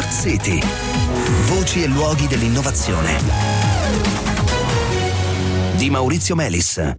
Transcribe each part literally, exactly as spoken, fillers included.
Smart City. Voci e luoghi dell'innovazione. Di Maurizio Melis.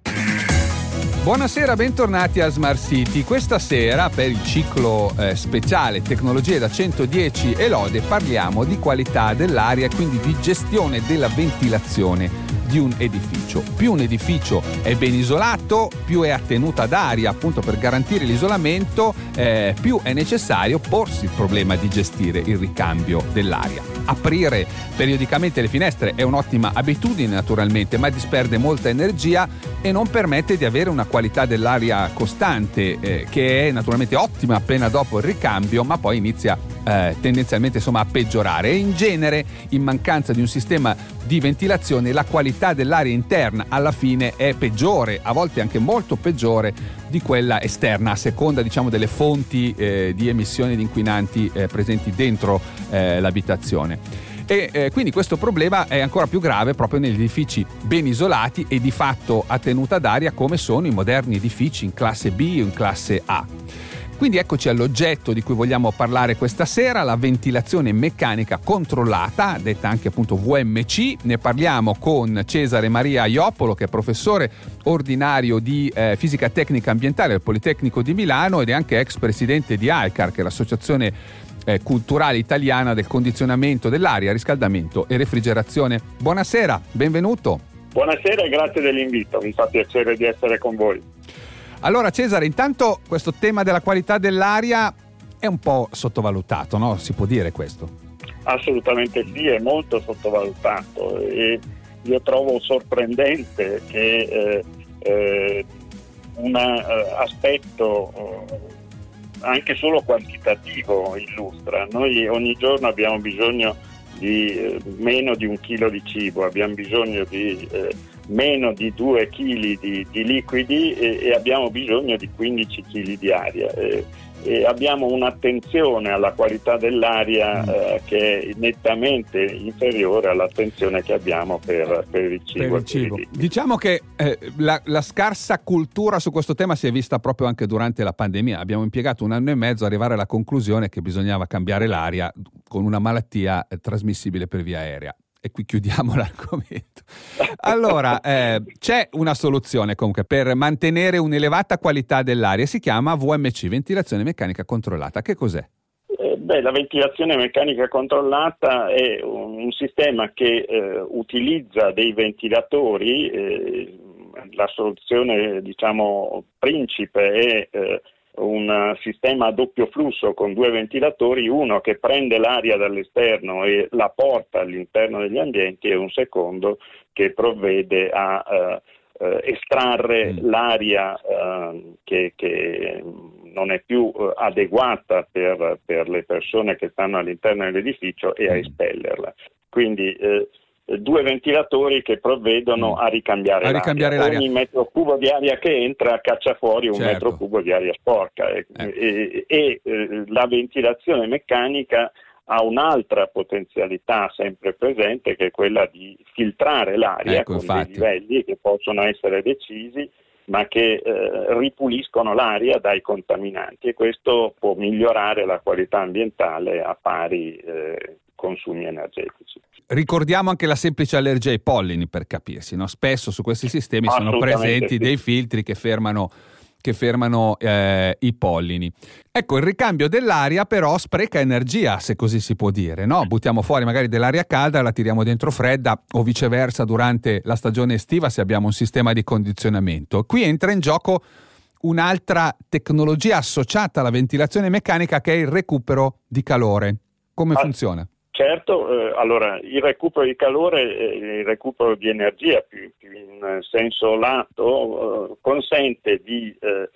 Buonasera, bentornati a Smart City. Questa sera, per il ciclo eh, speciale Tecnologie da centodieci e lode, parliamo di qualità dell'aria e quindi di gestione della ventilazione di un edificio. Più un edificio è ben isolato, più è a tenuta d'aria, appunto per garantire l'isolamento, eh, più è necessario porsi il problema di gestire il ricambio dell'aria. Aprire periodicamente le finestre è un'ottima abitudine naturalmente, ma disperde molta energia e non permette di avere una qualità dell'aria costante, eh, che è naturalmente ottima appena dopo il ricambio, ma poi inizia eh, tendenzialmente insomma a peggiorare. E in genere, in mancanza di un sistema di ventilazione, la qualità dell'aria interna alla fine è peggiore, a volte anche molto peggiore di quella esterna, a seconda diciamo delle fonti eh, di emissioni di inquinanti eh, presenti dentro eh, l'abitazione. E eh, quindi questo problema è ancora più grave proprio negli edifici ben isolati e di fatto a tenuta d'aria come sono i moderni edifici in classe B o in classe A. Quindi eccoci all'oggetto di cui vogliamo parlare questa sera, la ventilazione meccanica controllata, detta anche appunto V M C. Ne parliamo con Cesare Maria Iopolo, che è professore ordinario di eh, fisica tecnica ambientale al Politecnico di Milano ed è anche ex presidente di AICAR, che è l'associazione eh, culturale italiana del condizionamento dell'aria, riscaldamento e refrigerazione. Buonasera, benvenuto. Buonasera e grazie dell'invito, mi fa piacere di essere con voi. Allora Cesare, intanto questo tema della qualità dell'aria è un po' sottovalutato, no? Si può dire questo? Assolutamente sì, è molto sottovalutato e io trovo sorprendente che eh, eh, un eh, aspetto eh, anche solo quantitativo illustra. Noi ogni giorno abbiamo bisogno di eh, meno di un chilo di cibo, abbiamo bisogno di eh, meno di due chili di, di liquidi e, e abbiamo bisogno di quindici chili di aria. E, e abbiamo un'attenzione alla qualità dell'aria mm. eh, che è nettamente inferiore all'attenzione che abbiamo per, per il cibo. Per il cibo. Diciamo che eh, la, la scarsa cultura su questo tema si è vista proprio anche durante la pandemia. Abbiamo impiegato un anno e mezzo ad arrivare alla conclusione che bisognava cambiare l'aria con una malattia eh, trasmissibile per via aerea. E qui chiudiamo l'argomento. Allora, eh, c'è una soluzione comunque per mantenere un'elevata qualità dell'aria, si chiama V M C, ventilazione meccanica controllata. Che cos'è? Eh, beh, la ventilazione meccanica controllata è un, un sistema che eh, utilizza dei ventilatori, eh, la soluzione diciamo principe è eh, un sistema a doppio flusso con due ventilatori, uno che prende l'aria dall'esterno e la porta all'interno degli ambienti e un secondo che provvede a uh, uh, estrarre mm. l'aria uh, che, che non è più uh, adeguata per, per le persone che stanno all'interno dell'edificio e a espellerla. Quindi uh, due ventilatori che provvedono a ricambiare, a ricambiare l'aria. l'aria. Ogni metro cubo di aria che entra caccia fuori un certo. metro cubo di aria sporca e, eh. e, e eh, la ventilazione meccanica ha un'altra potenzialità sempre presente, che è quella di filtrare l'aria ecco, con infatti. dei livelli che possono essere decisi ma che eh, ripuliscono l'aria dai contaminanti, e questo può migliorare la qualità ambientale a pari eh, consumi energetici. Ricordiamo anche la semplice allergia ai pollini, per capirsi, no? Spesso su questi sistemi sono presenti sì. dei filtri che fermano, che fermano eh, i pollini. Ecco, il ricambio dell'aria però spreca energia, se così si può dire, no? Buttiamo fuori magari dell'aria calda, la tiriamo dentro fredda, o viceversa durante la stagione estiva se abbiamo un sistema di condizionamento. Qui entra in gioco un'altra tecnologia associata alla ventilazione meccanica, che è il recupero di calore. Come ah. funziona? Certo, eh, allora il recupero di calore, eh, il recupero di energia più, più in senso lato, eh, consente di eh,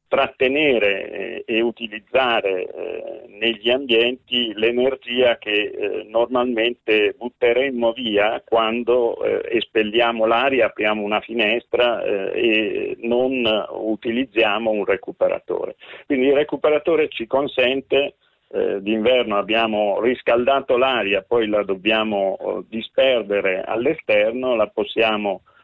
trattenere eh, e utilizzare eh, negli ambienti l'energia che eh, normalmente butteremmo via quando eh, espelliamo l'aria, apriamo una finestra eh, e non utilizziamo un recuperatore. Quindi il recuperatore ci consente Eh, d'inverno abbiamo riscaldato l'aria, poi la dobbiamo eh, disperdere all'esterno, la possiamo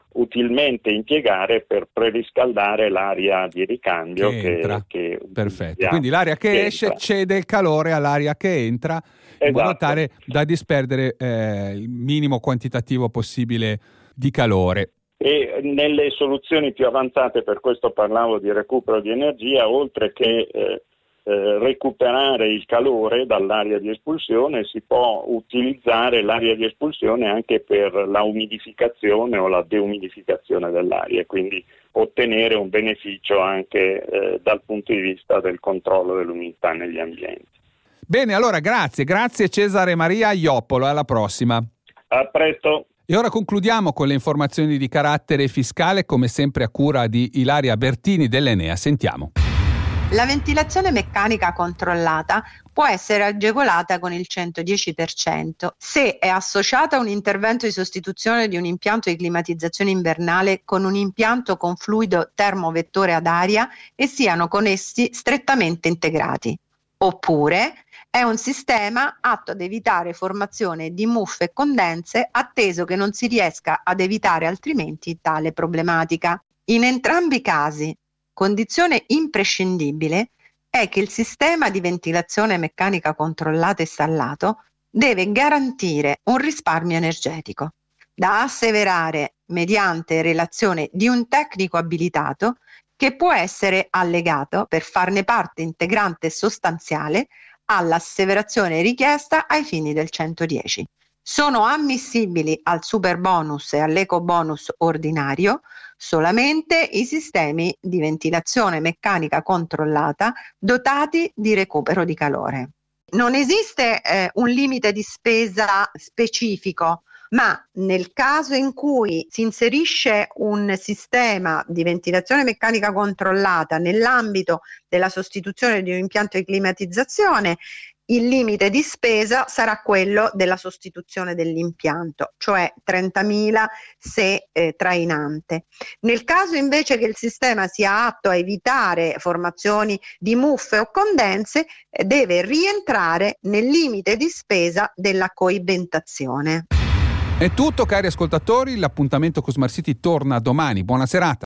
utilmente impiegare per preriscaldare l'aria di ricambio che che, entra. che Perfetto. Quindi l'aria che, che esce entra. Cede il calore all'aria che entra, in esatto. modo tale da disperdere eh, il minimo quantitativo possibile di calore. E nelle soluzioni più avanzate, per questo parlavo di recupero di energia, oltre che eh, eh, recuperare il calore dall'aria di espulsione, si può utilizzare l'aria di espulsione anche per la umidificazione o la deumidificazione dell'aria, quindi ottenere un beneficio anche eh, dal punto di vista del controllo dell'umidità negli ambienti. Bene, allora grazie, grazie Cesare Maria Ioppolo, alla prossima. A presto. E ora concludiamo con le informazioni di carattere fiscale, come sempre a cura di Ilaria Bertini dell'Enea. Sentiamo. La ventilazione meccanica controllata può essere agevolata con il centodieci per cento se è associata a un intervento di sostituzione di un impianto di climatizzazione invernale con un impianto con fluido termovettore ad aria e siano connessi strettamente integrati. Oppure è un sistema atto ad evitare formazione di muffe e condense, atteso che non si riesca ad evitare altrimenti tale problematica. In entrambi i casi, condizione imprescindibile è che il sistema di ventilazione meccanica controllata installato deve garantire un risparmio energetico, da asseverare mediante relazione di un tecnico abilitato che può essere allegato per farne parte integrante e sostanziale all'asseverazione richiesta ai fini del centodieci. Sono ammissibili al superbonus e all'ecobonus ordinario solamente i sistemi di ventilazione meccanica controllata dotati di recupero di calore. Non esiste eh, un limite di spesa specifico, ma nel caso in cui si inserisce un sistema di ventilazione meccanica controllata nell'ambito della sostituzione di un impianto di climatizzazione, il limite di spesa sarà quello della sostituzione dell'impianto, cioè trentamila se eh, trainante. Nel caso invece che il sistema sia atto a evitare formazioni di muffe o condense, eh, deve rientrare nel limite di spesa della coibentazione. È tutto, cari ascoltatori, l'appuntamento con Smart City torna domani. Buona serata.